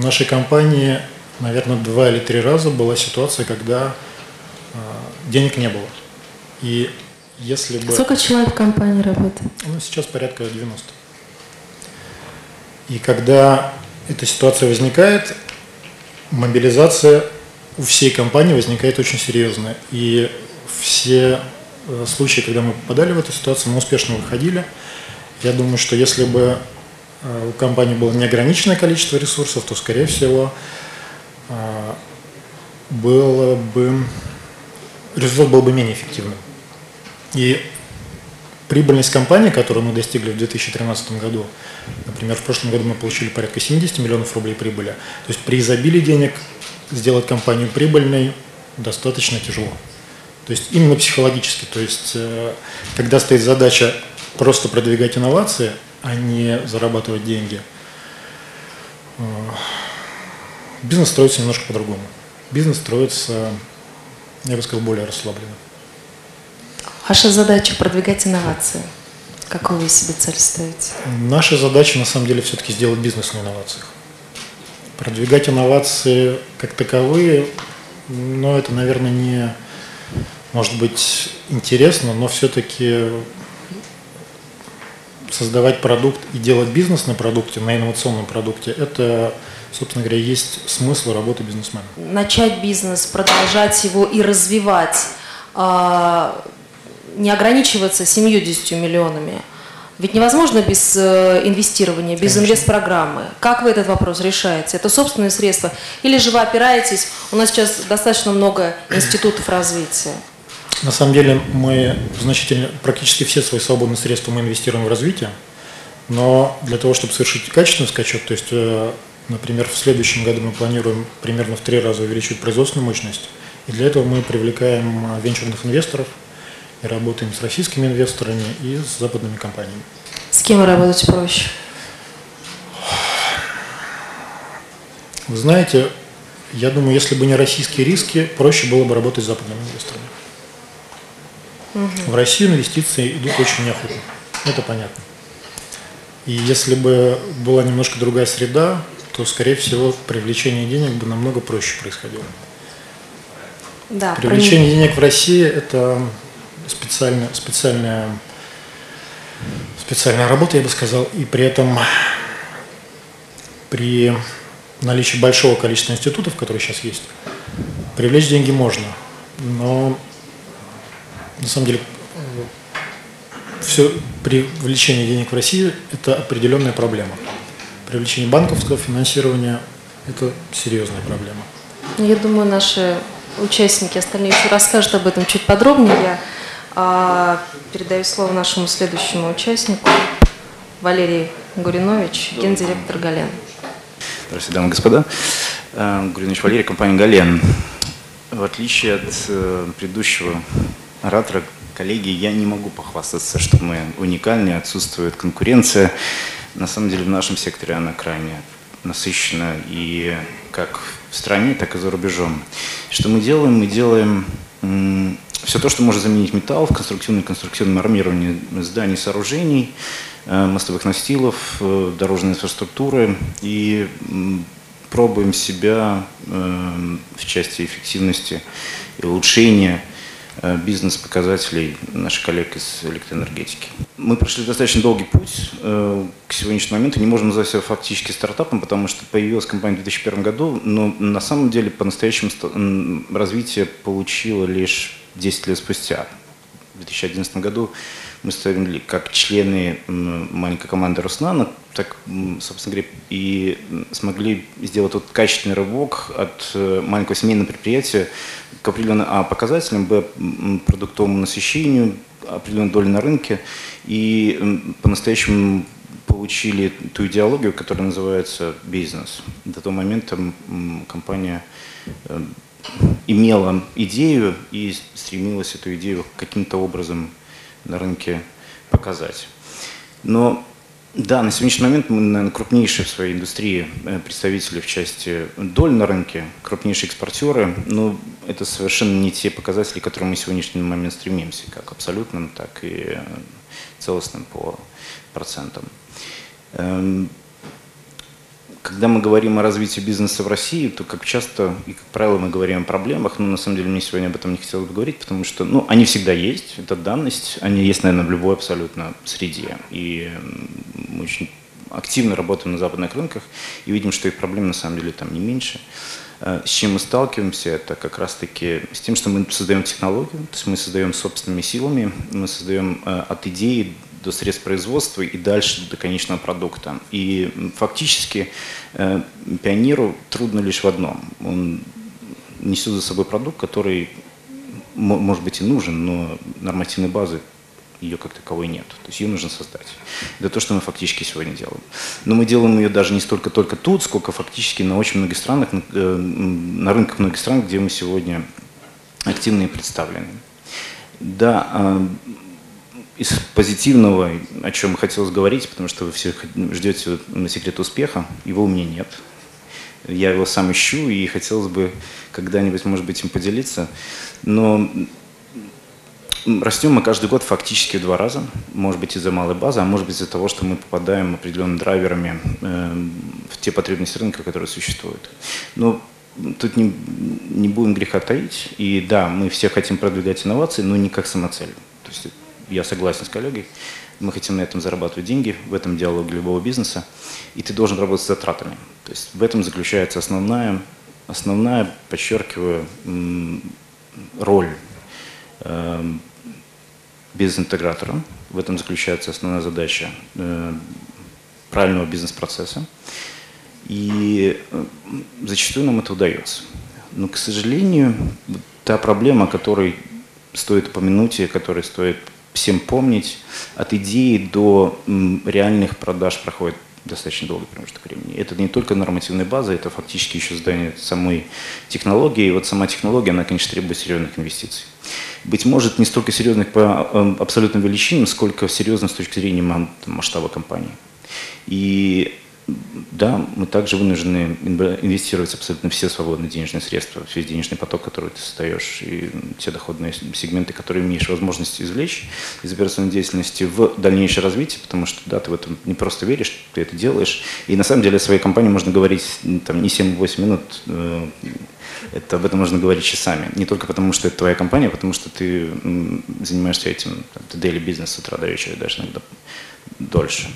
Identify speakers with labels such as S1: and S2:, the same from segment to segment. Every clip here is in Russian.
S1: нашей компании, наверное, 2 или 3 раза была ситуация, когда денег не было. И если бы...
S2: Сколько человек в компании работает?
S1: Ну, сейчас порядка 90. И когда эта ситуация возникает, мобилизация у всей компании возникает очень серьезная. И все случаи, когда мы попадали в эту ситуацию, мы успешно выходили. Я думаю, что если бы у компании было неограниченное количество ресурсов, то, скорее всего, результат был бы менее эффективным. И прибыльность компании, которую мы достигли в 2013 году, например, в прошлом году мы получили порядка 70 миллионов рублей прибыли, то есть при изобилии денег сделать компанию прибыльной достаточно тяжело. То есть именно психологически, то есть когда стоит задача просто продвигать инновации, а не зарабатывать деньги, бизнес строится немножко по-другому. Бизнес строится, я бы сказал, более расслабленно.
S2: Ваша задача продвигать инновации. Какую вы себе цель ставите?
S1: Наша задача на самом деле все-таки сделать бизнес на инновациях. Продвигать инновации как таковые, но это, наверное, не может быть интересно, но все-таки создавать продукт и делать бизнес на продукте, на инновационном продукте, это, собственно говоря, есть смысл работы бизнесмена.
S2: Начать бизнес, продолжать его и развивать, не ограничиваться 70 миллионами. Ведь невозможно без инвестирования, без
S1: Конечно.
S2: инвестпрограммы. Как вы этот вопрос решаете? Это собственные средства? Или же вы опираетесь? У нас сейчас достаточно много институтов развития.
S1: На самом деле мы практически все свои свободные средства мы инвестируем в развитие, но для того, чтобы совершить качественный скачок, то есть, например, в следующем году мы планируем примерно в 3 раза увеличивать производственную мощность, и для этого мы привлекаем венчурных инвесторов и работаем с российскими инвесторами и с западными компаниями.
S2: С кем вы работаете проще?
S1: Вы знаете, я думаю, если бы не российские риски, проще было бы работать с западными инвесторами. В Россию инвестиции идут очень неохотно, это понятно. И если бы была немножко другая среда, то, скорее всего, привлечение денег бы намного проще происходило.
S2: Да,
S1: Привлечение денег в России – это специальная работа, я бы сказал, и при этом при наличии большого количества институтов, которые сейчас есть, привлечь деньги можно, но на самом деле все привлечение денег в России – это определенная проблема. Привлечение банковского финансирования – это серьезная проблема.
S2: Я думаю, наши участники остальные еще расскажут об этом чуть подробнее. Я передаю слово нашему следующему участнику, Валерий Гуринович, гендиректор «Гален».
S3: Здравствуйте, дамы и господа. Гуринович Валерий, компания «Гален». В отличие от предыдущего оратора, коллеги, я не могу похвастаться, что мы уникальны, отсутствует конкуренция. На самом деле в нашем секторе она крайне насыщена и как в стране, так и за рубежом. Что мы делаем? Мы делаем все то, что может заменить металл в конструктивном армировании зданий, сооружений, мостовых настилов, дорожной инфраструктуры. И пробуем себя в части эффективности и улучшения бизнес-показателей наших коллег из электроэнергетики. Мы прошли достаточно долгий путь к сегодняшнему моменту. Не можем назвать себя фактически стартапом, потому что появилась компания в 2001 году, но на самом деле по-настоящему развитие получило лишь 10 лет спустя. В 2011 году мы стали как члены маленькой команды Руснана, так, собственно говоря, и смогли сделать тот качественный рывок от маленького семейного предприятия к определенным показателям, продуктовому насыщению, определенной доли на рынке, и по-настоящему получили ту идеологию, которая называется бизнес. До того момента компания имела идею и стремилась эту идею каким-то образом на рынке показать. Но да, на сегодняшний момент мы, наверное, крупнейшие в своей индустрии представители в части доль на рынке, крупнейшие экспортеры, но это совершенно не те показатели, к которым мы в сегодняшний момент стремимся, как абсолютным, так и целостным по процентам. Когда мы говорим о развитии бизнеса в России, то как часто и как правило мы говорим о проблемах, но на самом деле мне сегодня об этом не хотелось бы говорить, потому что они всегда есть, это данность, они есть, наверное, в любой абсолютно среде. И мы очень активно работаем на западных рынках и видим, что их проблем на самом деле там не меньше. С чем мы сталкиваемся, это как раз-таки с тем, что мы создаем технологию, то есть мы создаем собственными силами, мы создаем от идеи до средств производства и дальше до конечного продукта. И фактически пионеру трудно лишь в одном. Он несет за собой продукт, который, может быть, и нужен, но нормативной базы ее как таковой нет. То есть ее нужно создать. Это то, что мы фактически сегодня делаем. Но мы делаем ее даже не столько только тут, сколько фактически на очень многих странах, на рынках многих стран, где мы сегодня активно и представлены. Да, из позитивного, о чем хотелось говорить, потому что вы все ждете секрета успеха, его у меня нет. Я его сам ищу и хотелось бы когда-нибудь, может быть, им поделиться. Но растем мы каждый год фактически в 2 раза. Может быть, из-за малой базы, а может быть, из-за того, что мы попадаем определенными драйверами в те потребности рынка, которые существуют. Но тут не будем греха таить. И да, мы все хотим продвигать инновации, но не как самоцель. То есть я согласен с коллегой. Мы хотим на этом зарабатывать деньги, в этом диалоге любого бизнеса. И ты должен работать с затратами. То есть в этом заключается основная, подчеркиваю, роль бизнес-интегратора. В этом заключается основная задача правильного бизнес-процесса. И зачастую нам это удается. Но, к сожалению, та проблема, о которой стоит упомянуть и которой стоит всем помнить, от идеи до реальных продаж проходит достаточно долгий промежуток времени. Это не только нормативная база, это фактически еще создание самой технологии. И вот сама технология, она, конечно, требует серьезных инвестиций. Быть может, не столько серьезных по абсолютным величинам, сколько серьезных с точки зрения масштаба компании. И да, мы также вынуждены инвестировать абсолютно все свободные денежные средства, весь денежный поток, который ты создаешь, и те доходные сегменты, которые имеешь возможность извлечь из операционной деятельности в дальнейшее развитие, потому что да, ты в этом не просто веришь, ты это делаешь. И на самом деле о своей компании можно говорить там, не 7-8 минут, об этом можно говорить часами. Не только потому, что это твоя компания, а потому что ты занимаешься этим, ты daily бизнес с утра до вечера, даже иногда дольше.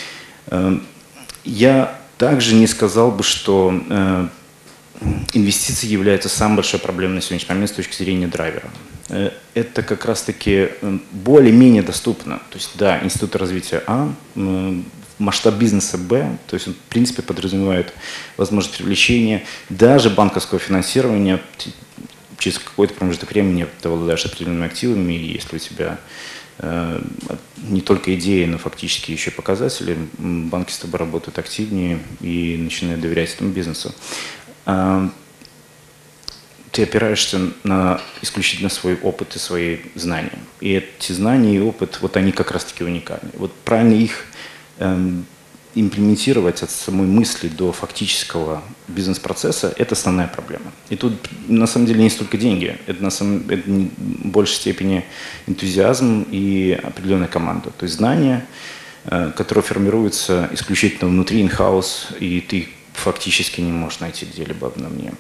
S3: Я также не сказал бы, что инвестиции являются самой большой проблемой на сегодняшний момент с точки зрения драйвера. Это как раз-таки более-менее доступно. То есть, да, институт развития А, масштаб бизнеса Б, то есть он, в принципе, подразумевает возможность привлечения даже банковского финансирования. Через какой-то промежуток времени ты обладаешь определенными активами, и если у тебя не только идеи, но фактически еще и показатели, банки с тобой работают активнее и начинают доверять этому бизнесу. Ты опираешься на исключительно свой опыт и свои знания. И эти знания и опыт, вот они как раз-таки уникальны. Вот правильно их имплементировать от самой мысли до фактического бизнес-процесса – это основная проблема. И тут на самом деле не столько деньги, это в большей степени энтузиазм и определенная команда. То есть знания, которые формируются исключительно внутри in-house, и ты фактически не можешь найти где-либо обновление.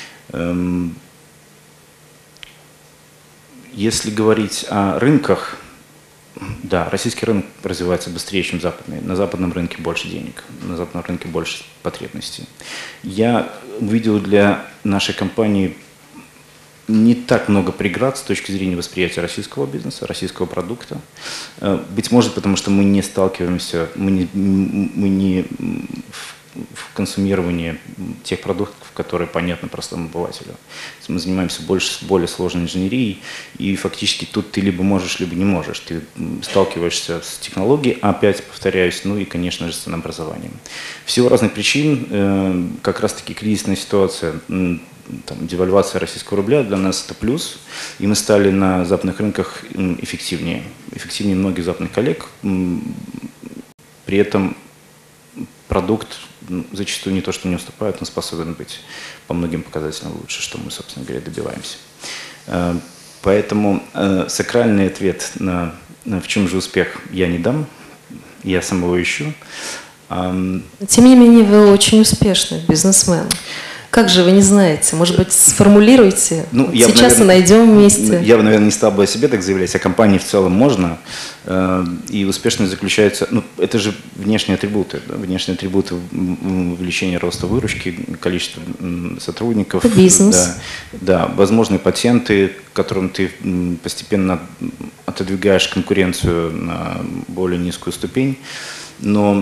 S3: Если говорить о рынках, да, российский рынок развивается быстрее, чем западный. На западном рынке больше денег, на западном рынке больше потребностей. Я увидел для нашей компании не так много преград с точки зрения восприятия российского бизнеса, российского продукта. Быть может, потому что мы не сталкиваемся, мы не в консумировании тех продуктов, которые понятны простому обывателю. Мы занимаемся более сложной инженерией, и фактически тут ты либо можешь, либо не можешь. Ты сталкиваешься с технологией, опять повторяюсь, ну и, конечно же, с ценообразованием. В силу разных причин, как раз-таки кризисная ситуация, девальвация российского рубля для нас это плюс, и мы стали на западных рынках эффективнее многих западных коллег. При этом продукт зачастую не то, что не уступает, он способен быть по многим показателям лучше, что мы, собственно говоря, добиваемся. Поэтому сакральный ответ в чем же успех я не дам, я сам его ищу.
S2: Тем не менее, вы очень успешный бизнесмен. Как же вы не знаете? Может быть, сформулируйте?
S3: Ну,
S2: Сейчас и найдем вместе.
S3: Я бы, наверное, не стал бы о себе так заявлять, о компании в целом можно. И успешность заключается... Ну, это же внешние атрибуты. Да? Внешние атрибуты увеличения роста выручки, количество сотрудников.
S2: Это бизнес.
S3: Да, возможные патенты, которым ты постепенно отодвигаешь конкуренцию на более низкую ступень. Но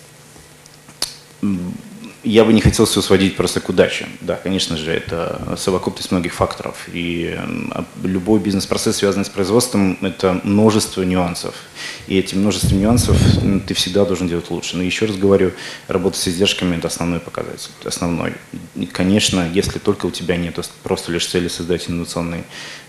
S3: я бы не хотел все сводить просто к удаче. Да, конечно же, это совокупность многих факторов. И любой бизнес-процесс, связанный с производством, это множество нюансов. И эти множество нюансов ты всегда должен делать лучше. Но еще раз говорю, работа с издержками – это основной показатель. Основной. И, конечно, если только у тебя нет просто лишь цели создать инновационный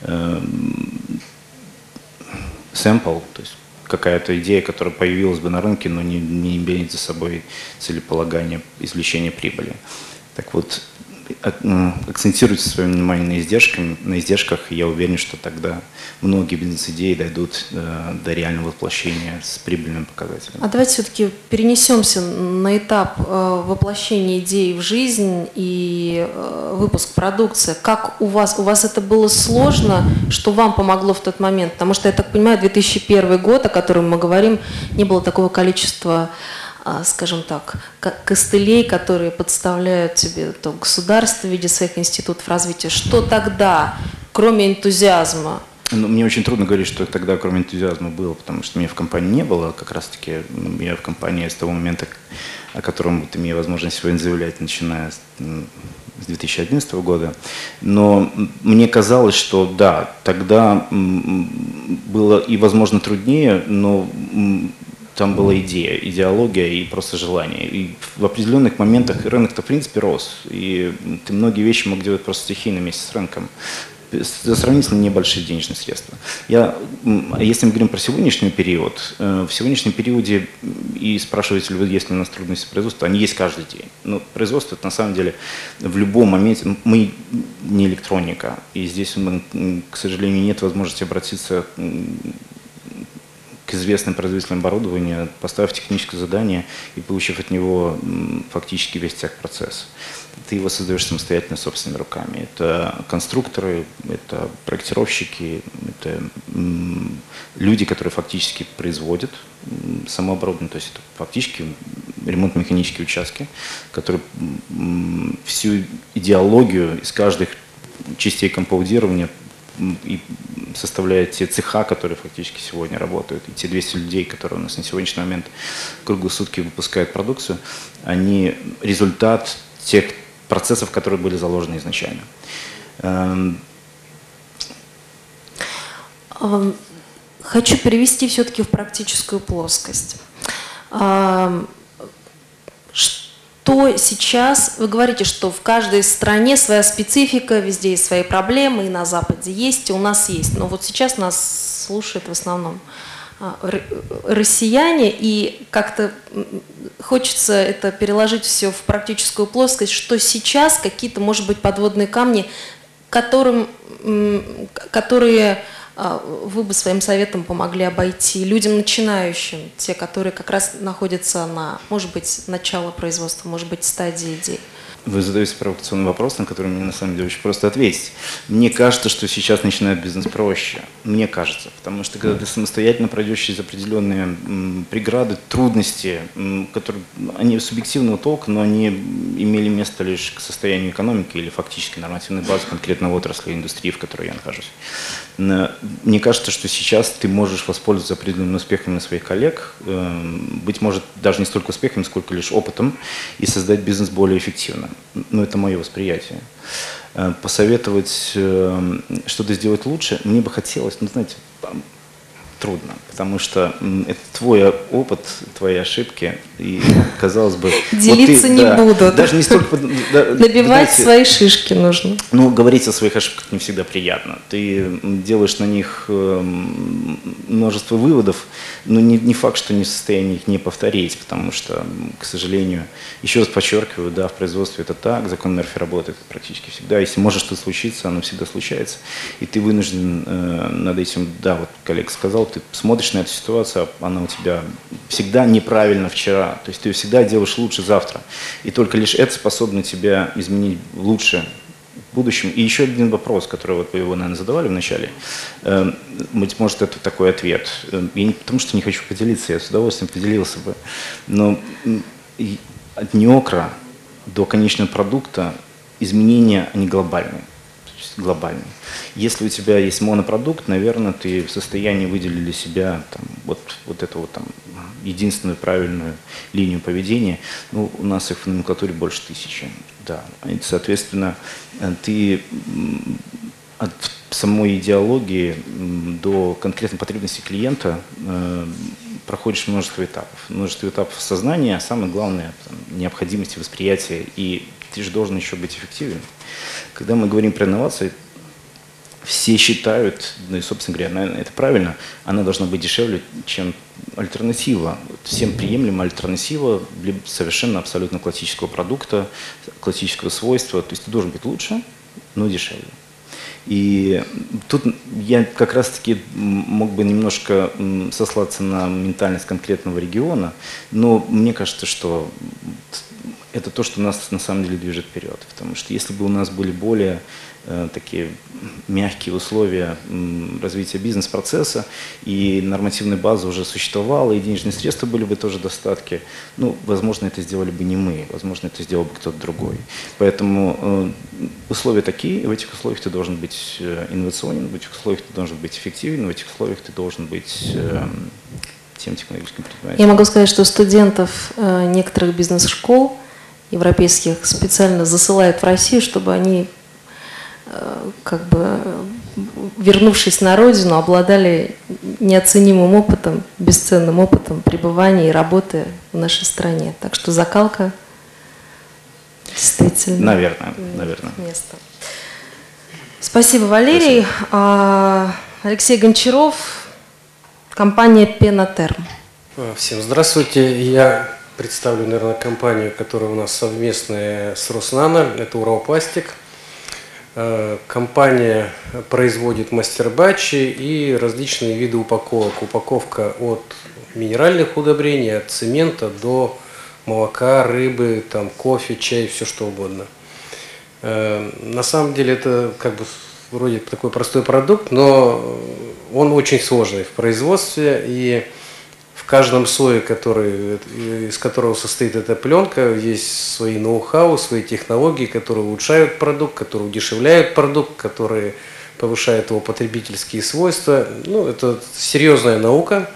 S3: сэмпл, то есть какая-то идея, которая появилась бы на рынке, но не имеет за собой целеполагания извлечения прибыли. Так вот, акцентируйте свое внимание на издержках, и я уверен, что тогда многие бизнес-идеи дойдут до реального воплощения с прибыльными показателями.
S2: А давайте все-таки перенесемся на этап воплощения идей в жизнь и выпуск продукции. Как у вас это было сложно, что вам помогло в тот момент? Потому что, я так понимаю, 2001 год, о котором мы говорим, не было такого количества, скажем так, костылей, которые подставляют тебе то государство в виде своих институтов развития. Что тогда, кроме энтузиазма?
S3: Ну, мне очень трудно говорить, что тогда кроме энтузиазма было, потому что меня в компании не было. Как раз-таки я в компании с того момента, о котором вот имею возможность сегодня заявлять, начиная с 2011 года. Но мне казалось, что да, тогда было и, возможно, труднее, но там была идея, идеология и просто желание. И в определенных моментах рынок-то в принципе рос. И ты многие вещи мог делать просто стихийно вместе с рынком. За сравнительно небольшие денежные средства. Если мы говорим про сегодняшний период, в сегодняшнем периоде, и спрашиваете ли вы, есть ли у нас трудности производства, они есть каждый день. Но производство, это на самом деле в любом моменте, мы не электроника, и здесь, к сожалению, нет возможности обратиться к известным производителям оборудования, поставив техническое задание и получив от него фактически весь техпроцесс. Ты его создаешь самостоятельно собственными руками. Это конструкторы, это проектировщики, это люди, которые фактически производят само оборудование, то есть это фактически ремонтно-механические участки, которые всю идеологию из каждых частей компаудирования и составляет те цеха, которые фактически сегодня работают, и те 200 людей, которые у нас на сегодняшний момент круглые сутки выпускают продукцию, они результат тех процессов, которые были заложены изначально.
S2: Хочу перевести все-таки в практическую плоскость. Что сейчас, вы говорите, что в каждой стране своя специфика, везде есть свои проблемы, и на Западе есть, и у нас есть. Но вот сейчас нас слушают в основном россияне, и как-то хочется это переложить все в практическую плоскость, что сейчас какие-то, может быть, подводные камни, которые вы бы своим советом помогли обойти людям начинающим, те, которые как раз находятся на, может быть, начало производства, может быть, стадии идей?
S3: Вы задаете провокационный вопрос, на который мне на самом деле очень просто ответить. Мне кажется, что сейчас начинает бизнес проще. Мне кажется. Потому что когда ты самостоятельно пройдешь через определенные преграды, трудности, которые они субъективного толка, но они имели место лишь к состоянию экономики или фактически нормативной базы конкретной отрасли индустрии, в которой я нахожусь. Мне кажется, что сейчас ты можешь воспользоваться определенными успехами своих коллег, быть может, даже не столько успехами, сколько лишь опытом, и создать бизнес более эффективно. Ну, это мое восприятие. Посоветовать что-то сделать лучше, мне бы хотелось, ну, знаете, трудно, потому что это твой опыт, твои ошибки, и, казалось бы...
S2: Делиться
S3: вот
S2: не буду.
S3: Даже не столько...
S2: Набивать свои шишки нужно.
S3: Ну, говорить о своих ошибках не всегда приятно. Ты делаешь на них множество выводов, но не факт, что не в состоянии их не повторить, потому что, к сожалению, еще раз подчеркиваю, да, в производстве это так, закон Мерфи работает практически всегда. Если может что-то случиться, оно всегда случается, и ты вынужден над этим, да, вот коллега сказал, сказал, ты смотришь на эту ситуацию, она у тебя всегда неправильно вчера, то есть ты всегда делаешь лучше завтра. И только лишь это способно тебя изменить лучше в будущем. И еще один вопрос, который вот вы его, наверное, задавали вначале. Быть может, это такой ответ. Я не потому, что не хочу поделиться, я с удовольствием поделился бы. Но от неокра до конечного продукта изменения, они глобальные. Глобальный. Если у тебя есть монопродукт, наверное, ты в состоянии выделить для себя там, вот эту вот, там, единственную правильную линию поведения. Ну, у нас их в номенклатуре больше 1000. Да. И, соответственно, ты от самой идеологии до конкретной потребности клиента проходишь множество этапов. Множество этапов сознания, а самое главное там, необходимости восприятия. И ты же должен еще быть эффективен. Когда мы говорим про инновации, все считают, ну и, собственно говоря, наверное, это правильно, она должна быть дешевле, чем альтернатива. Всем приемлемая альтернатива для совершенно абсолютно классического продукта, классического свойства. То есть ты должен быть лучше, но дешевле. И тут я как раз-таки мог бы немножко сослаться на ментальность конкретного региона, но мне кажется, что это то, что нас на самом деле движет вперед. Потому что если бы у нас были более такие мягкие условия развития бизнес-процесса, и нормативная база уже существовала, и денежные средства были бы тоже достатки, ну, возможно, это сделали бы не мы, возможно, это сделал бы кто-то другой. Поэтому условия такие, и в этих условиях ты должен быть инновационен, в этих условиях ты должен быть эффективен, в этих условиях ты должен быть тем технологическим предпринимателем.
S2: Я могу сказать, что студентов некоторых бизнес-школ европейских специально засылают в Россию, чтобы они, как бы, вернувшись на родину, обладали неоценимым опытом, бесценным опытом пребывания и работы в нашей стране. Так что закалка действительно
S3: наверное.
S2: место. Спасибо, Валерий. Алексей Гончаров, компания Пенотерм.
S4: Всем здравствуйте. Я представлю, наверное, компанию, которая у нас совместная с Роснано. Это Уралпластик. Компания производит мастер-батчи и различные виды упаковок. Упаковка от минеральных удобрений, от цемента до молока, рыбы, там, кофе, чай, все что угодно. На самом деле это как бы вроде такой простой продукт, но он очень сложный в производстве, и в каждом слое, из которого состоит эта пленка, есть свои ноу-хау, свои технологии, которые улучшают продукт, которые удешевляют продукт, которые повышают его потребительские свойства. Ну, это серьезная наука.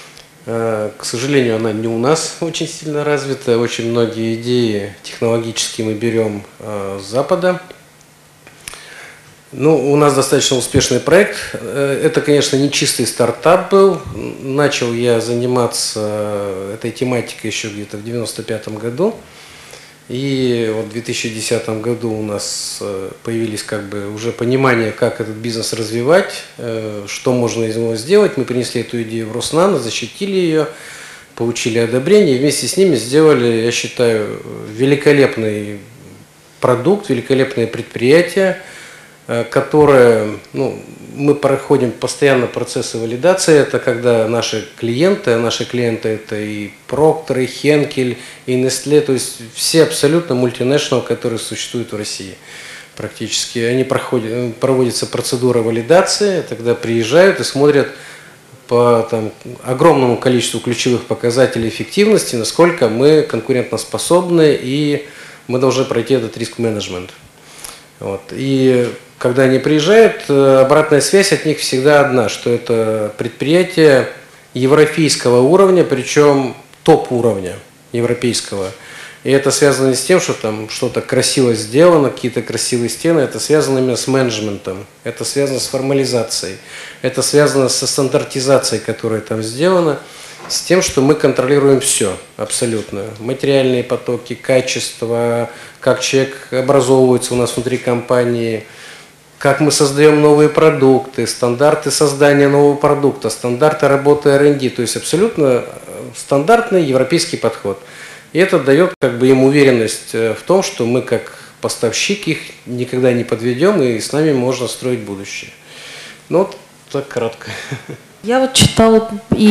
S4: К сожалению, она не у нас очень сильно развита. Очень многие идеи технологические мы берем с Запада. Ну, у нас достаточно успешный проект. Это, конечно, не чистый стартап был. Начал я заниматься этой тематикой еще где-то в 1995 году. И вот в 2010 году у нас появились как бы уже понимание, как этот бизнес развивать, что можно из него сделать. Мы принесли эту идею в Роснано, защитили ее, получили одобрение и вместе с ними сделали, я считаю, великолепный продукт, великолепное предприятие, которое, ну, мы проходим постоянно процессы валидации. Это когда наши клиенты это и Procter, и Henkel, и Nestlé, то есть все абсолютно мультинационалы, которые существуют в России практически. Они проводится процедура валидации, тогда приезжают и смотрят по там огромному количеству ключевых показателей эффективности, насколько мы конкурентоспособны, и мы должны пройти этот риск-менеджмент. Вот. И когда они приезжают, обратная связь от них всегда одна, что это предприятие европейского уровня, причем топ-уровня европейского. И это связано не с тем, что там что-то красиво сделано, какие-то красивые стены, это связано именно с менеджментом, это связано с формализацией, это связано со стандартизацией, которая там сделана, с тем, что мы контролируем все абсолютно. Материальные потоки, качество, как человек образовывается у нас внутри компании, как мы создаем новые продукты, стандарты создания нового продукта, стандарты работы R&D, то есть абсолютно стандартный европейский подход. И это дает как бы им уверенность в том, что мы как поставщик их никогда не подведем, и с нами можно строить будущее. Ну вот так кратко.
S2: Я вот читала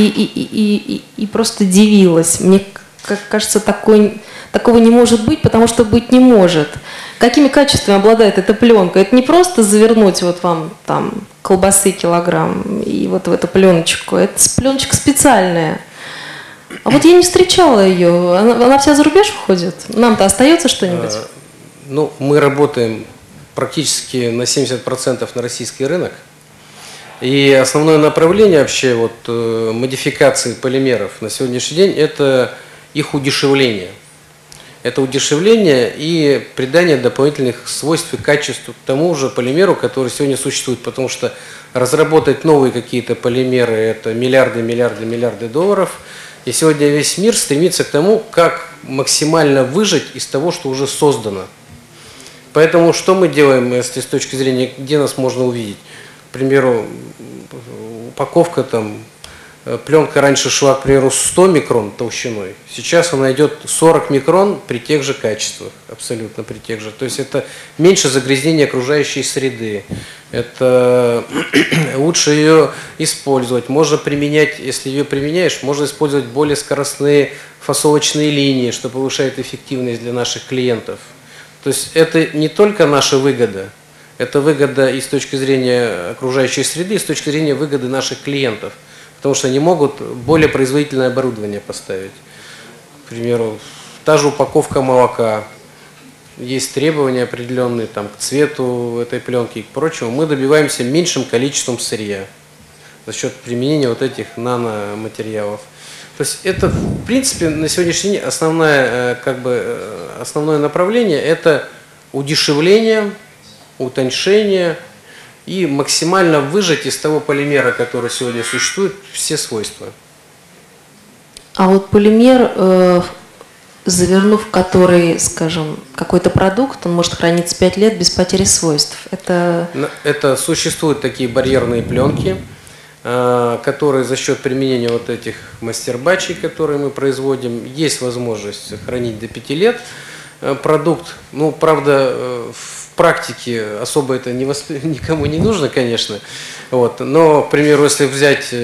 S2: и просто дивилась. Мне кажется, такого не может быть, потому что быть не может. Какими качествами обладает эта пленка? Это не просто завернуть вот вам там колбасы килограмм и вот в эту пленочку. Это пленочка специальная. А вот я не встречала ее. Она вся за рубеж уходит? Нам-то остается что-нибудь?
S4: Ну, мы работаем практически на 70% на российский рынок. И основное направление вообще вот, модификации полимеров на сегодняшний день – это их удешевление. Это удешевление и придание дополнительных свойств и качеств к тому же полимеру, который сегодня существует. Потому что разработать новые какие-то полимеры – это миллиарды долларов. И сегодня весь мир стремится к тому, как максимально выжать из того, что уже создано. Поэтому что мы делаем, если с точки зрения, где нас можно увидеть? К примеру, упаковка там, пленка раньше шла, к примеру, 100 микрон толщиной, сейчас она идет 40 микрон при тех же качествах, абсолютно при тех же. То есть это меньше загрязнения окружающей среды, это лучше ее использовать, можно применять, если ее применяешь, можно использовать более скоростные фасовочные линии, что повышает эффективность для наших клиентов. То есть это не только наша выгода, это выгода и с точки зрения окружающей среды, и с точки зрения выгоды наших клиентов. Потому что они могут более производительное оборудование поставить. К примеру, та же упаковка молока. Есть требования определенные там, к цвету этой пленки и к прочему. Мы добиваемся меньшим количеством сырья за счет применения вот этих наноматериалов. То есть это, в принципе, на сегодняшний день основное направление – это удешевление, утоньшение и максимально выжать из того полимера, который сегодня существует, все свойства.
S2: А вот полимер, завернув который, скажем, какой-то продукт, он может храниться 5 лет без потери свойств.
S4: Это существуют такие барьерные пленки, которые за счет применения вот этих мастер-батчей, которые мы производим, есть возможность хранить до 5 лет продукт. Ну, правда, в практике особо это никому не нужно, конечно. Вот. Но, к примеру, если взять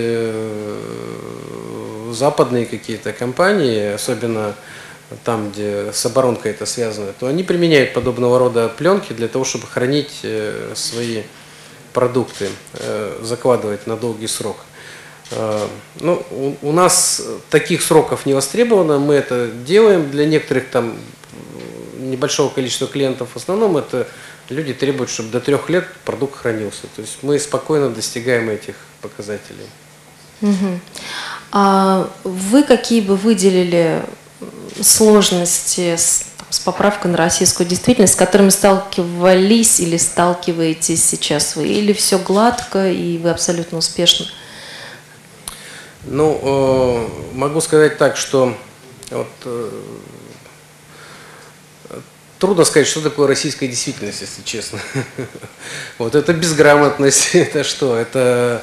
S4: западные какие-то компании, особенно там, где с оборонкой это связано, то они применяют подобного рода пленки для того, чтобы хранить свои продукты, закладывать на долгий срок. Ну, у нас таких сроков не востребовано, мы это делаем. Для некоторых там небольшого количества клиентов в основном это люди требуют, чтобы до 3 лет продукт хранился. То есть мы спокойно достигаем этих показателей.
S2: Угу. А вы какие бы выделили сложности с поправкой на российскую действительность, с которыми сталкивались или сталкиваетесь сейчас вы? Или все гладко и вы абсолютно успешны?
S4: Ну, могу сказать так, что вот, трудно сказать, что такое российская действительность, если честно. Вот это безграмотность, это что? Это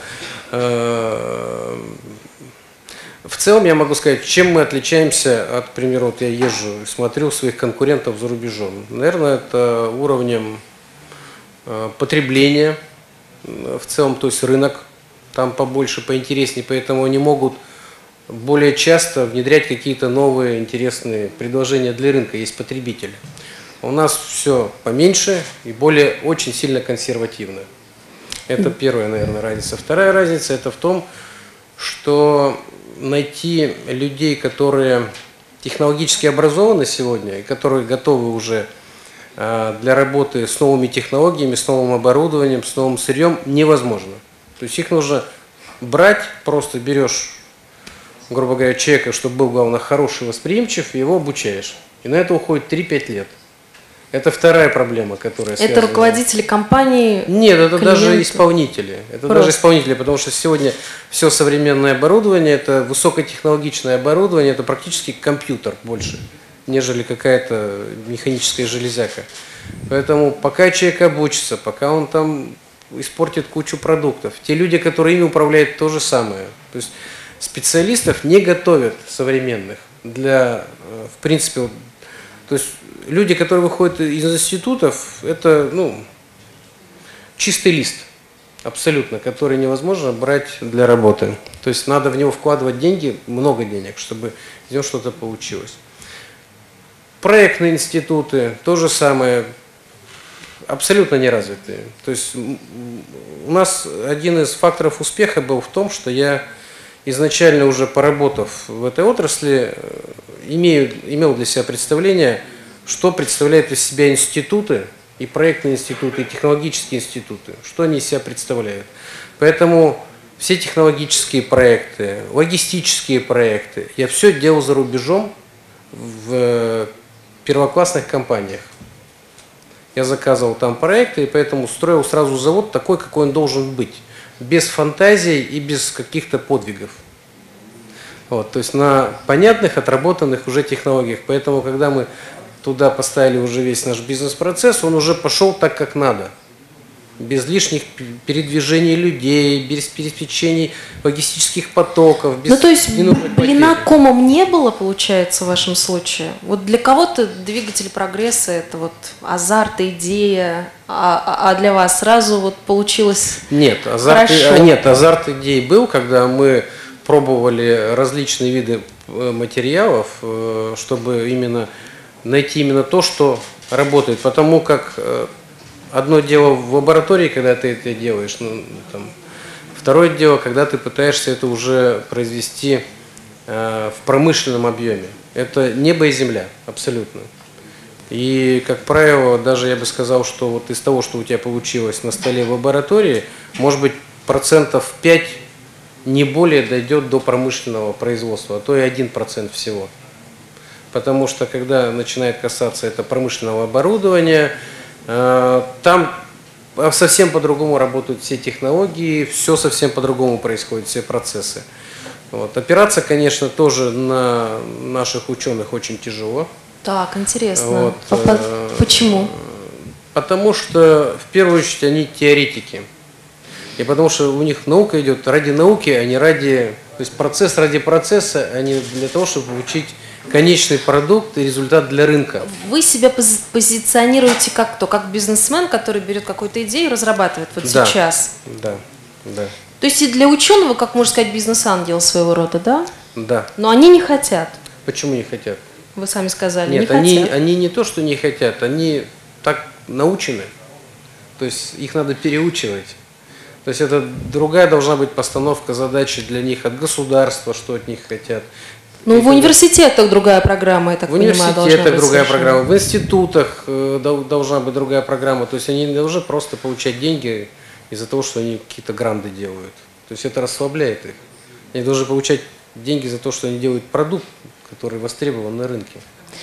S4: в целом я могу сказать, чем мы отличаемся от, к примеру, вот я езжу и смотрю своих конкурентов за рубежом. Наверное, это уровнем потребления в целом, то есть рынок там побольше, поинтереснее, поэтому они могут более часто внедрять какие-то новые интересные предложения для рынка, есть потребители. У нас все поменьше и более очень сильно консервативно. Это первая, наверное, разница. Вторая разница это в том, что найти людей, которые технологически образованы сегодня и которые готовы уже для работы с новыми технологиями, с новым оборудованием, с новым сырьем, невозможно. То есть их нужно брать, просто берешь, грубо говоря, человека, чтобы был, главное, хороший, восприимчив, и его обучаешь. И на это уходит 3-5 лет. Это вторая проблема, которая связана.
S2: Это руководители компании?
S4: Нет, это даже исполнители. Это даже исполнители, потому что сегодня все современное оборудование, это высокотехнологичное оборудование, это практически компьютер больше, нежели какая-то механическая железяка. Поэтому пока человек обучится, пока он там испортит кучу продуктов, те люди, которые ими управляют, то же самое. То есть специалистов не готовят современных для, в принципе, то есть люди, которые выходят из институтов, это, ну, чистый лист. абсолютно, который невозможно брать для работы. То есть надо в него вкладывать деньги, много денег, чтобы из него что-то получилось. Проектные институты, то же самое, абсолютно неразвитые. То есть у нас один из факторов успеха был в том, что я изначально уже поработав в этой отрасли, имел для себя представление, что представляют из себя институты, и проектные институты, и технологические институты, что они из себя представляют. Поэтому все технологические проекты, логистические проекты, я все делал за рубежом в первоклассных компаниях. Я заказывал там проекты, и поэтому строил сразу завод такой, какой он должен быть, без фантазий и без каких-то подвигов. Вот, то есть на понятных, отработанных уже технологиях. Поэтому, когда мы туда поставили уже весь наш бизнес-процесс, он уже пошел так, как надо. Без лишних передвижений людей, без пересечений логистических потоков. Без
S2: то есть блина комом не было, получается, в вашем случае? Вот для кого-то двигатель прогресса – это вот азарт, идея, а для вас сразу вот получилось
S4: Нет, азарт идей был, когда мы пробовали различные виды материалов, чтобы именно найти именно то, что работает. Потому как одно дело в лаборатории, когда ты это делаешь, второе дело, когда ты пытаешься это уже произвести в промышленном объеме. Это небо и земля, абсолютно. И, как правило, даже я бы сказал, что вот из того, что у тебя получилось на столе в лаборатории, может быть, 5% не более дойдет до промышленного производства, а то и 1% всего. Потому что, когда начинает касаться это промышленного оборудования, там совсем по-другому работают все технологии, все совсем по-другому происходит, все процессы. Вот. Опираться, конечно, тоже на наших ученых очень тяжело.
S2: Так, интересно. Почему?
S4: Потому что, в первую очередь, они теоретики. И потому что у них наука идет ради науки, а не ради... То есть процесс ради процесса, а не для того, чтобы получить конечный продукт и результат для рынка.
S2: Вы себя позиционируете как кто? Как бизнесмен, который берет какую-то идею и разрабатывает вот сейчас?
S4: Да.
S2: То есть и для ученого, как можно сказать, бизнес-ангел своего рода, да?
S4: Да.
S2: Но они не хотят.
S4: Почему не хотят?
S2: Вы сами сказали,
S4: Нет,
S2: не хотят.
S4: они не то, что не хотят, они так научены. То есть их надо переучивать. То есть это другая должна быть постановка задачи для них от государства, что от них хотят.
S2: Ну, в университетах другая программа, я так понимаю, должна быть. В университетах
S4: другая программа, в институтах должна быть другая программа. То есть они не должны просто получать деньги из-за того, что они какие-то гранды делают. То есть это расслабляет их. Они должны получать деньги за то, что они делают продукт, который востребован на рынке.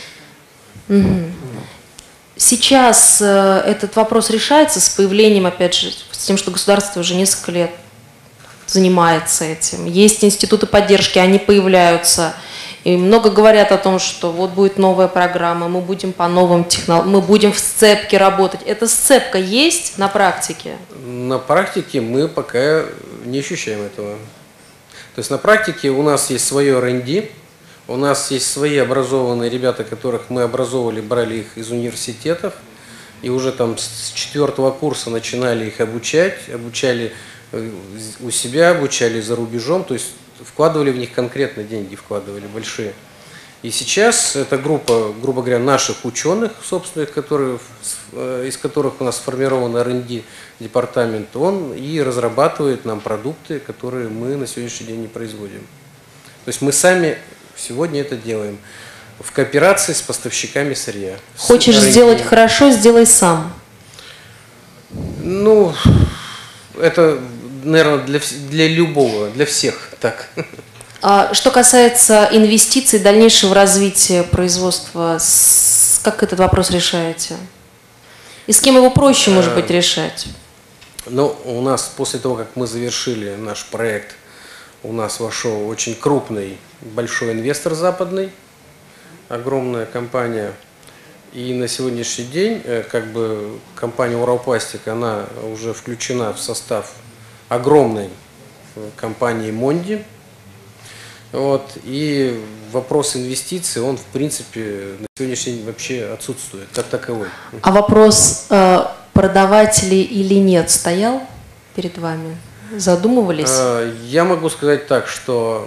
S2: Сейчас этот вопрос решается с появлением, опять же, с тем, что государство уже несколько лет занимается этим. Есть институты поддержки, они появляются. И много говорят о том, что вот будет новая программа, мы будем по новым технологиям, мы будем в сцепке работать. Эта сцепка есть на практике?
S4: На практике мы пока не ощущаем этого. То есть на практике у нас есть свое R&D, у нас есть свои образованные ребята, которых мы образовывали, брали их из университетов, и уже там с 4-го курса начинали их обучать, обучали у себя, обучали за рубежом, то есть вкладывали в них конкретно деньги, вкладывали большие. И сейчас эта группа, грубо говоря, наших ученых, собственно, из которых у нас сформирован R&D департамент, он и разрабатывает нам продукты, которые мы на сегодняшний день не производим. То есть мы сами сегодня это делаем в кооперации с поставщиками сырья.
S2: Хочешь сделать хорошо, сделай сам.
S4: Ну, это, наверное, для любого, для всех так.
S2: Что касается инвестиций, дальнейшего развития производства, как этот вопрос решаете? И с кем его проще, может быть, решать?
S4: Ну, у нас после того, как мы завершили наш проект, у нас вошел очень крупный, большой инвестор западный, огромная компания. И на сегодняшний день как бы компания Уралпластик, она уже включена в состав огромной компании Монди. Вот, и вопрос инвестиций, он в принципе на сегодняшний день вообще отсутствует, как таковой.
S2: А вопрос продавать ли или нет стоял? перед вами? Задумывались?
S4: Я могу сказать так, что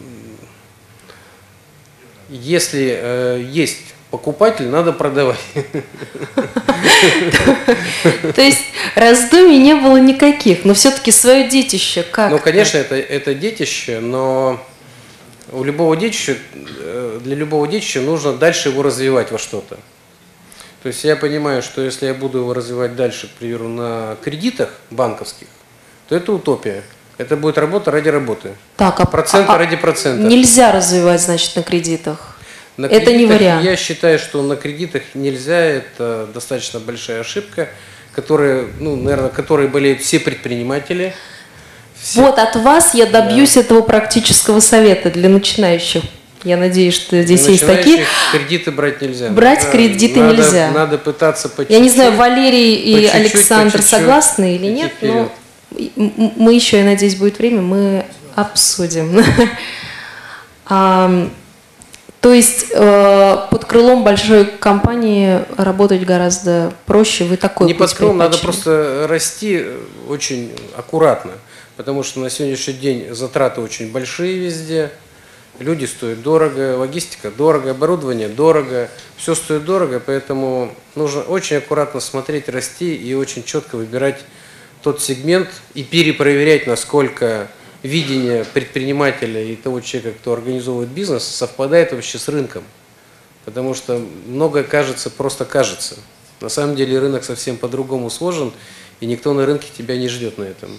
S4: если есть покупатель, надо продавать.
S2: То есть раздумий не было никаких, но все-таки свое детище как?
S4: Ну, конечно, это детище, но для любого детища нужно дальше его развивать во что-то. То есть я понимаю, что если я буду его развивать дальше, к примеру, на кредитах банковских, то это утопия. Это будет работа ради работы.
S2: Так,
S4: процента ради процента.
S2: Нельзя развивать, значит, на кредитах.
S4: На
S2: это
S4: кредитах,
S2: не вариант.
S4: Я считаю, что на кредитах нельзя, это достаточно большая ошибка, которой болеют все предприниматели.
S2: Вот от вас я добьюсь этого практического совета для начинающих. Я надеюсь, что здесь есть такие.
S4: Кредиты брать нельзя.
S2: Брать кредиты нельзя.
S4: Надо пытаться по чуть-чуть.
S2: Я не знаю, Валерий и Александр согласны или нет, но мы еще, я надеюсь, будет время, мы обсудим. То есть под крылом большой компании работать гораздо проще. Вы такой
S4: не
S2: путь
S4: под крылом, надо
S2: предпочли.
S4: просто расти очень аккуратно, потому что на сегодняшний день затраты очень большие везде. Люди стоят дорого, логистика дорого, оборудование дорого, все стоит дорого, поэтому нужно очень аккуратно смотреть, расти и очень четко выбирать тот сегмент и перепроверять, насколько видение предпринимателя и того человека, кто организовывает бизнес, совпадает вообще с рынком. Потому что многое просто кажется. На самом деле рынок совсем по-другому сложен, и никто на рынке тебя не ждет на этом.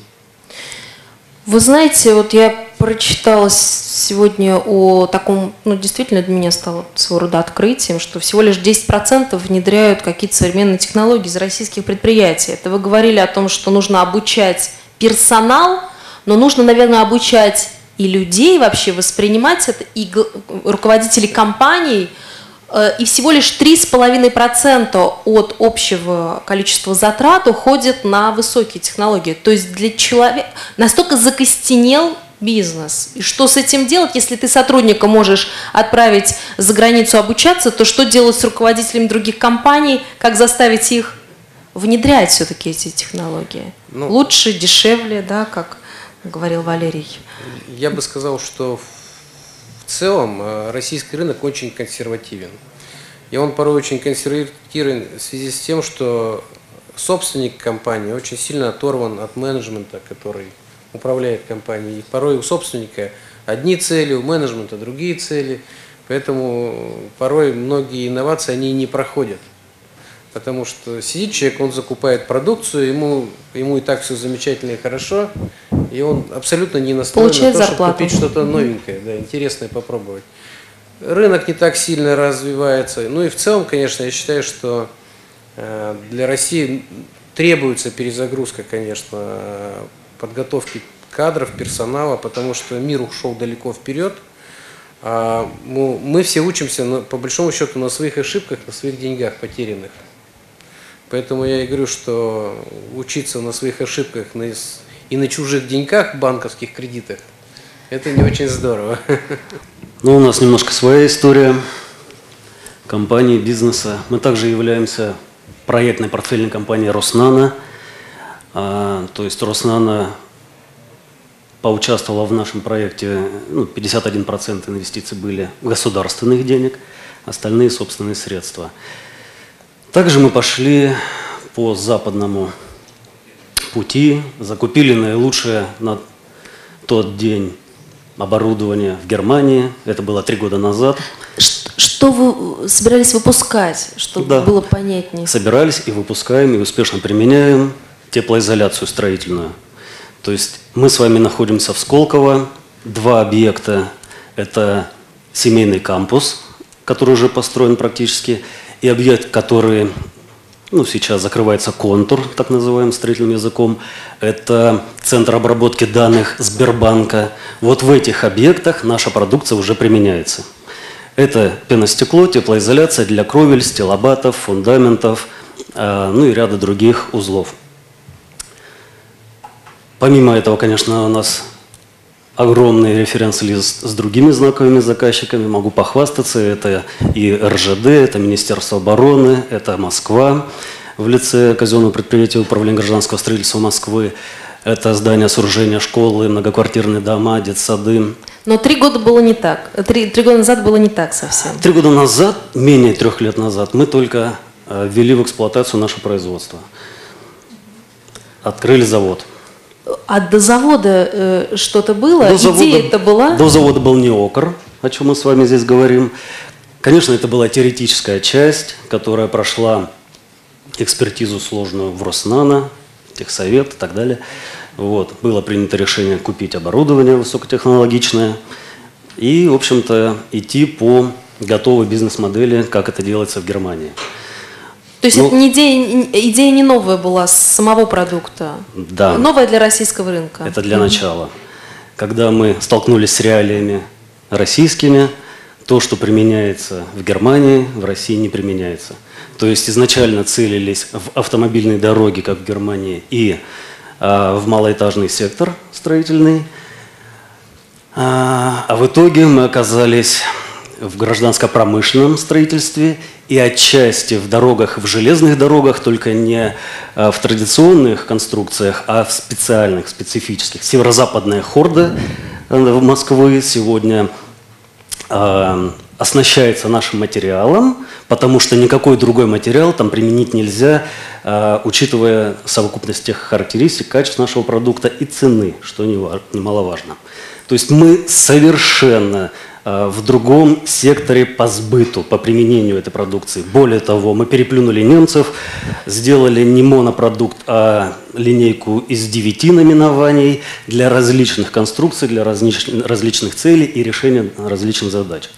S2: Вы знаете, вот я прочитала сегодня о таком, действительно для меня стало своего рода открытием, что всего лишь 10% внедряют какие-то современные технологии из российских предприятий. Это вы говорили о том, что нужно обучать персонал, но нужно, наверное, обучать и людей вообще воспринимать это, и руководителей компаний, и всего лишь 3,5% от общего количества затрат уходит на высокие технологии. То есть для человека настолько закостенел бизнес. И что с этим делать, если ты сотрудника можешь отправить за границу обучаться, то что делать с руководителями других компаний, как заставить их внедрять все-таки эти технологии? Лучше, дешевле, да, как говорил Валерий.
S4: Я бы сказал, что в целом российский рынок очень консервативен. И он порой очень консервативен в связи с тем, что собственник компании очень сильно оторван от менеджмента, который управляет компанией. И порой у собственника одни цели, у менеджмента другие цели. Поэтому порой многие инновации они не проходят. Потому что сидит человек, он закупает продукцию, ему и так все замечательно и хорошо, и он абсолютно не настроен на то, чтобы купить что-то новенькое, да, интересное попробовать. Рынок не так сильно развивается. Ну и в целом, конечно, я считаю, что для России требуется перезагрузка, конечно, подготовки кадров, персонала, потому что мир ушел далеко вперед. Мы все учимся, по большому счету, на своих ошибках, на своих деньгах потерянных. Поэтому я и говорю, что учиться на своих ошибках и на чужих деньгах, банковских кредитах, это не очень здорово.
S5: Ну, у нас немножко своя история компании, бизнеса. Мы также являемся проектной портфельной компанией Роснано. То есть Роснано поучаствовала в нашем проекте, 51% инвестиций были государственных денег, остальные собственные средства. Также мы пошли по западному пути, закупили наилучшее на тот день оборудование в Германии. Это было 3 года назад.
S2: Что вы собирались выпускать, чтобы было понятнее?
S5: Собирались и выпускаем, и успешно применяем теплоизоляцию строительную. То есть мы с вами находимся в Сколково. 2 объекта – это семейный кампус, который уже построен практически, и объект, который сейчас закрывается контур, так называемым строительным языком, это центр обработки данных Сбербанка. Вот в этих объектах наша продукция уже применяется. Это пеностекло, теплоизоляция для кровель, стилобатов, фундаментов, и ряда других узлов. Помимо этого, конечно, у нас огромный референс-лист с другими знаковыми заказчиками. Могу похвастаться, это и РЖД, это Министерство обороны, это Москва в лице казенного предприятия управления гражданского строительства Москвы. Это здания, сооружения, школы, многоквартирные дома, детсады.
S2: Но 3 года было не так. 3 года назад было не так совсем.
S5: 3 года назад, менее 3 лет назад, мы только ввели в эксплуатацию наше производство. Открыли завод.
S2: А до завода что-то было? Идея это была?
S5: До завода был НИОКР, о чем мы с вами здесь говорим. Конечно, это была теоретическая часть, которая прошла экспертизу сложную в Роснано, Техсовет и так далее. Вот. Было принято решение купить оборудование высокотехнологичное и, в общем-то, идти по готовой бизнес-модели, как это делается в Германии.
S2: То есть это не идея не новая была с самого продукта?
S5: Да.
S2: Новая для российского рынка?
S5: Это для начала. Когда мы столкнулись с реалиями российскими, то, что применяется в Германии, в России не применяется. То есть изначально целились в автомобильные дороги, как в Германии, и в малоэтажный сектор строительный. А в итоге мы оказались в гражданско-промышленном строительстве и отчасти в дорогах, в железных дорогах, только не в традиционных конструкциях, а в специальных, специфических. Северо-западная хорда в Москве сегодня оснащается нашим материалом, потому что никакой другой материал там применить нельзя, учитывая совокупность тех характеристик, качеств нашего продукта и цены, что немаловажно. То есть мы совершенно в другом секторе по сбыту, по применению этой продукции. Более того, мы переплюнули немцев, сделали не монопродукт, а линейку из 9 наименований для различных конструкций, для различных целей и решения различных задач.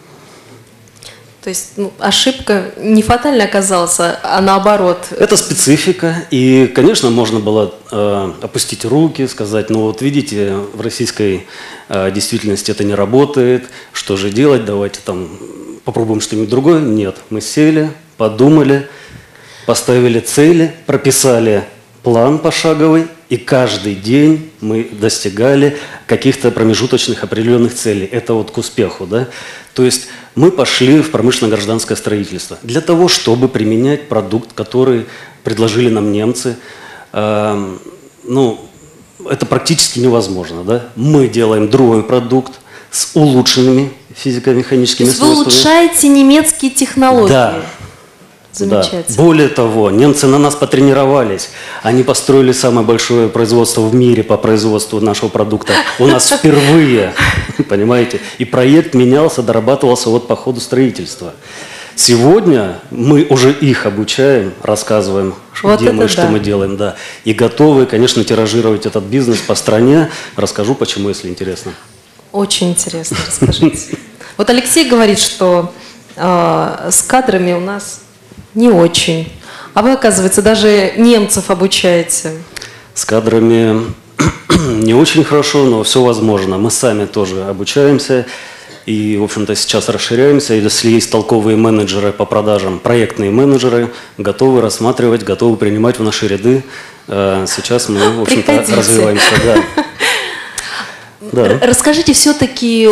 S2: То есть ошибка не фатальная оказалась, а наоборот.
S5: Это специфика, и, конечно, можно было опустить руки, сказать, ну вот видите, в российской действительности это не работает, что же делать, давайте там попробуем что-нибудь другое. Нет, мы сели, подумали, поставили цели, прописали план пошаговый, и каждый день мы достигали каких-то промежуточных определенных целей. Это вот к успеху, да? То есть мы пошли в промышленно-гражданское строительство для того, чтобы применять продукт, который предложили нам немцы. Ну, это практически невозможно, да? Мы делаем другой продукт с улучшенными физико-механическими свойствами.
S2: Вы улучшаете немецкие технологии.
S5: Да.
S2: Замечательно.
S5: Да. Более того, немцы на нас потренировались. Они построили самое большое производство в мире по производству нашего продукта. У нас впервые, понимаете? И проект менялся, дорабатывался вот по ходу строительства. Сегодня мы уже их обучаем, рассказываем,
S2: вот
S5: где мы, что мы делаем. Да. И готовы, конечно, тиражировать этот бизнес по стране. Расскажу, почему, если интересно.
S2: Очень интересно, расскажите. Вот Алексей говорит, что с кадрами у нас не очень. А вы, оказывается, даже немцев обучаете.
S5: С кадрами не очень хорошо, но все возможно. Мы сами тоже обучаемся и, в общем-то, сейчас расширяемся. Если есть толковые менеджеры по продажам, проектные менеджеры, готовы рассматривать, готовы принимать в наши ряды. Сейчас мы, в общем-то, развиваемся. Да. Да.
S2: Расскажите все-таки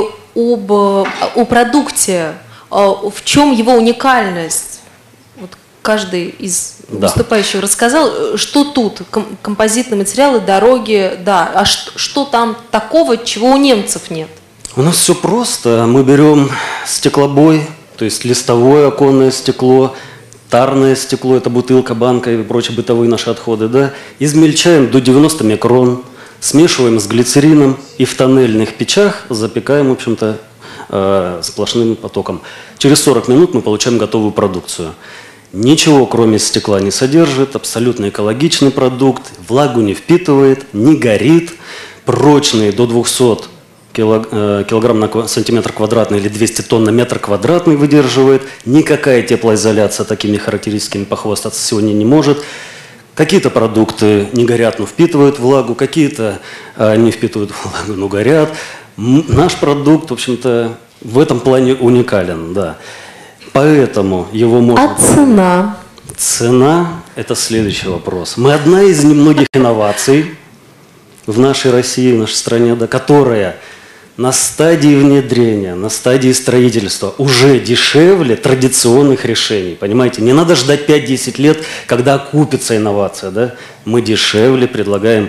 S2: о продукте, в чем его уникальность. Вот каждый из выступающих рассказал, что тут, композитные материалы, дороги, да, а что там такого, чего у немцев нет?
S5: У нас все просто. Мы берем стеклобой, то есть листовое оконное стекло, тарное стекло, это бутылка, банка и прочие бытовые наши отходы, да, измельчаем до 90 микрон, смешиваем с глицерином и в тоннельных печах запекаем, в общем-то, сплошным потоком. Через 40 минут мы получаем готовую продукцию. Ничего, кроме стекла, не содержит, абсолютно экологичный продукт, влагу не впитывает, не горит, прочный до 200 килограмм на сантиметр квадратный или 200 тонн на метр квадратный выдерживает, никакая теплоизоляция такими характеристиками похвастаться сегодня не может. Какие-то продукты не горят, но впитывают влагу, какие-то не впитывают влагу, но горят. Наш продукт, в общем-то, в этом плане уникален, да. Поэтому его можно...
S2: А цена?
S5: Цена – это следующий вопрос. Мы одна из немногих инноваций в нашей России, в нашей стране, да, которая на стадии внедрения, на стадии строительства уже дешевле традиционных решений. Понимаете, не надо ждать 5-10 лет, когда окупится инновация. Да? Мы дешевле предлагаем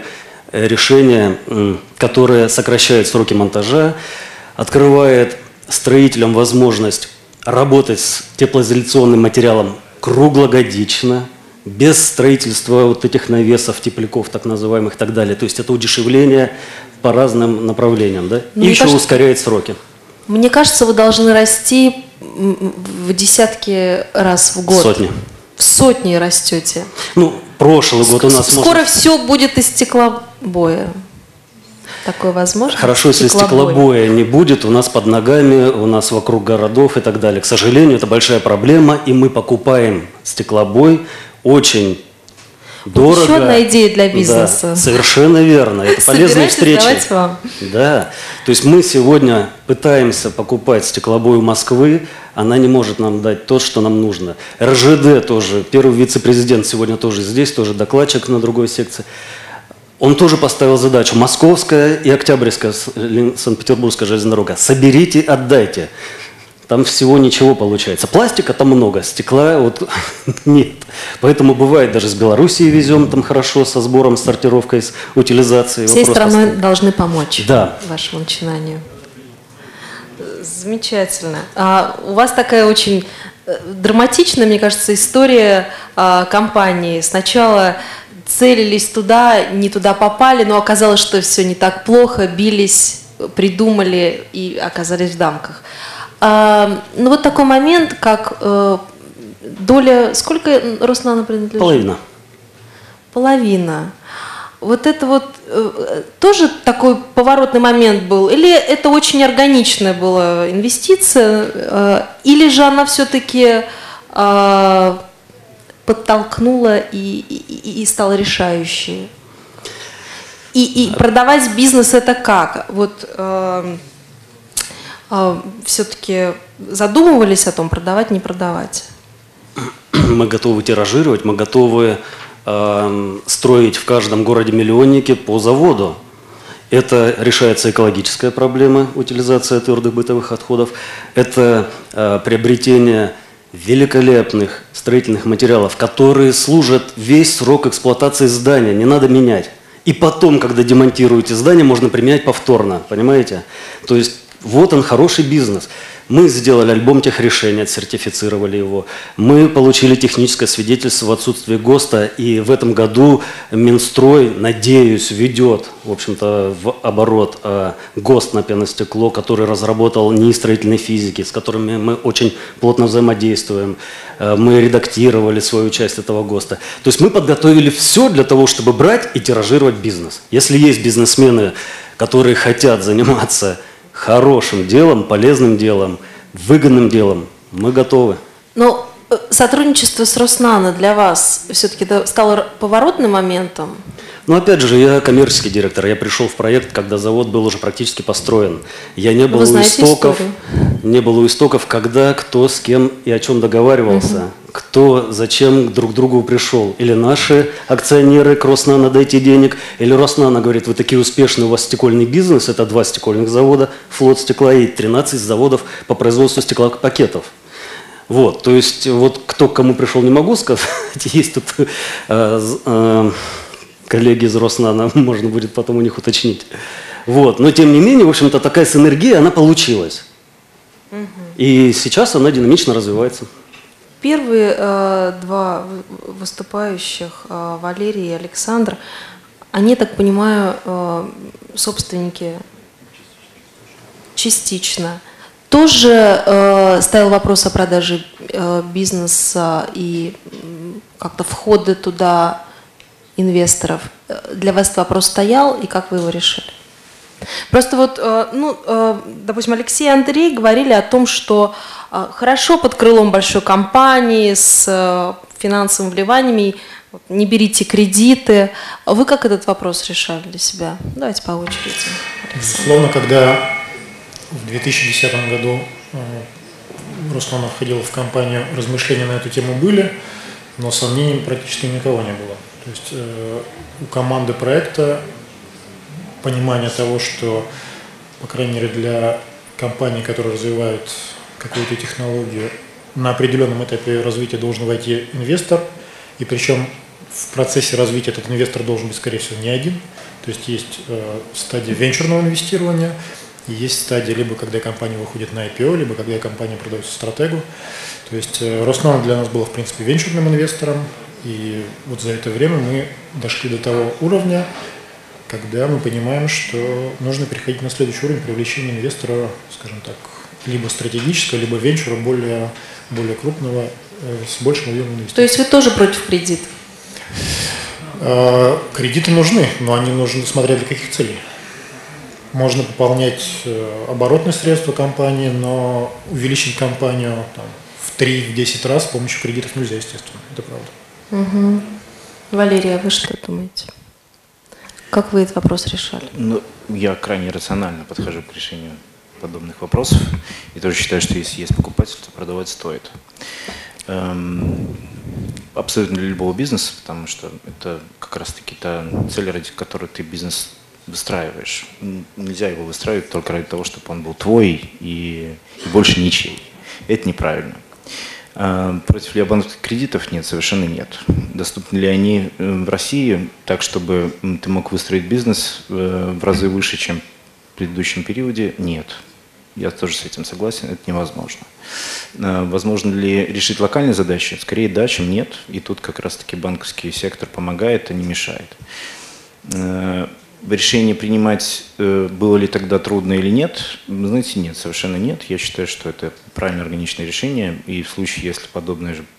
S5: решение, которое сокращает сроки монтажа, открывает строителям возможность работать с теплоизоляционным материалом круглогодично, без строительства вот этих навесов, тепляков так называемых и так далее. То есть это удешевление по разным направлениям, да? И еще ускоряет сроки.
S2: Мне кажется, вы должны расти в десятки раз в год.
S5: Сотни.
S2: В сотни растете.
S5: Ну, прошлый год у нас...
S2: Скоро все будет из стеклобоя. Такое возможно?
S5: Хорошо, если стеклобоя не будет, у нас под ногами, у нас вокруг городов и так далее. К сожалению, это большая проблема, и мы покупаем стеклобой очень дорого.
S2: Еще одна идея для бизнеса.
S5: Да, совершенно верно. Это полезная встреча.
S2: Собираюсь вам.
S5: Да. То есть мы сегодня пытаемся покупать стеклобой у Москвы, она не может нам дать то, что нам нужно. РЖД тоже, первый вице-президент сегодня тоже здесь, тоже докладчик на другой секции. Он тоже поставил задачу: Московская и Октябрьская, Санкт-Петербургская железная дорога. Соберите, отдайте. Там всего ничего получается. Пластика там много, стекла вот нет. Поэтому бывает, даже с Белоруссии везем там хорошо, со сбором, сортировкой, с утилизацией.
S2: Всей страной должны помочь,
S5: да,
S2: вашему начинанию. Замечательно. У вас такая очень драматичная, мне кажется, история компании. Сначала целились туда, не туда попали, но оказалось, что все не так плохо, бились, придумали и оказались в дамках. Ну вот такой момент, как доля, сколько Роснано принадлежит?
S5: Половина.
S2: Половина. Вот это вот тоже такой поворотный момент был? Или это очень органичная была инвестиция? Или же она все-таки подтолкнула и стала решающей? И продавать бизнес это как? Вот все-таки задумывались о том, продавать, не продавать?
S5: Мы готовы тиражировать, мы готовы строить в каждом городе-миллионнике по заводу. Это решается экологическая проблема, утилизация твердых бытовых отходов. Это приобретение великолепных строительных материалов, которые служат весь срок эксплуатации здания, не надо менять. И потом, когда демонтируете здание, можно применять повторно, понимаете? То есть вот он, хороший бизнес. Мы сделали альбом техрешений, отсертифицировали его. Мы получили техническое свидетельство в отсутствии ГОСТа. И в этом году Минстрой, надеюсь, введет, в общем-то, в оборот ГОСТ на пеностекло, который разработал НИИ строительной физики, с которыми мы очень плотно взаимодействуем. Мы редактировали свою часть этого ГОСТа. То есть мы подготовили все для того, чтобы брать и тиражировать бизнес. Если есть бизнесмены, которые хотят заниматься хорошим делом, полезным делом, выгодным делом, мы готовы.
S2: Но сотрудничество с Роснано для вас все-таки стало поворотным моментом?
S5: Но опять же, я коммерческий директор, я пришел в проект, когда завод был уже практически построен. Я не был у истоков, когда кто с кем и о чем договаривался, кто зачем друг к другу пришел. Или наши акционеры к Роснано дайте денег, или Роснано говорит: вы такие успешные, у вас стекольный бизнес, это 2 стекольных завода, флот стекла и 13 заводов по производству стеклопакетов. Вот, то есть вот кто к кому пришел, не могу сказать, есть тут коллеги из Роснано, можно будет потом у них уточнить. Вот. Но тем не менее, в общем-то, такая синергия, она получилась. И сейчас она динамично развивается.
S2: Первые два выступающих, Валерий и Александр, они, так понимаю, собственники частично. Тоже стоял вопрос о продаже бизнеса и как-то входа туда инвесторов. Для вас этот вопрос стоял, и как вы его решили? Просто вот, допустим, Алексей и Андрей говорили о том, что хорошо под крылом большой компании с финансовыми вливаниями, не берите кредиты. Вы как этот вопрос решали для себя? Давайте по очереди.
S1: Безусловно, когда в 2010 году Роснано входил в компанию, размышления на эту тему были, но сомнений практически никого не было. То есть у команды проекта понимание того, что, по крайней мере, для компаний, которые развивают какую-то технологию, на определенном этапе развития должен войти инвестор, и причем в процессе развития этот инвестор должен быть, скорее всего, не один. То есть есть стадия венчурного инвестирования, и есть стадия либо когда компания выходит на IPO, либо когда компания продается стратегу. То есть Роснано для нас было, в принципе, венчурным инвестором, и вот за это время мы дошли до того уровня, когда мы понимаем, что нужно переходить на следующий уровень привлечения инвестора, скажем так, либо стратегического, либо венчура более крупного, с большим объемом инвестиций.
S2: То есть вы тоже против кредита?
S1: Кредиты нужны, но они нужны, смотря для каких целей. Можно пополнять оборотные средства компании, но увеличить компанию там, в 3-10 раз с помощью кредитов нельзя, естественно. Это правда.
S2: Угу. Валерий, а вы что думаете? Как вы этот вопрос решали?
S3: Ну, я крайне рационально подхожу к решению подобных вопросов и тоже считаю, что если есть покупатель, то продавать стоит. Абсолютно для любого бизнеса, потому что это как раз-таки та цель, ради которой ты бизнес выстраиваешь. Нельзя его выстраивать только ради того, чтобы он был твой и больше ничей. Это неправильно. Против ли я банковских кредитов? Нет, совершенно нет. Доступны ли они в России так, чтобы ты мог выстроить бизнес в разы выше, чем в предыдущем периоде? Нет. Я тоже с этим согласен, это невозможно. Возможно ли решить локальные задачи? Скорее да, чем нет. И тут как раз-таки банковский сектор помогает, а не мешает. Решение принимать, было ли тогда трудно или нет, знаете, нет, совершенно нет. Я считаю, что это правильно органичное решение. И в случае, если подобный же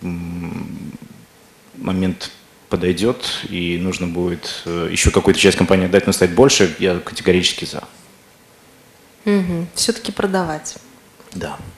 S3: момент подойдет и нужно будет еще какую-то часть компании отдать, но стать больше, я категорически за.
S2: Угу. Все-таки продавать.
S3: Да.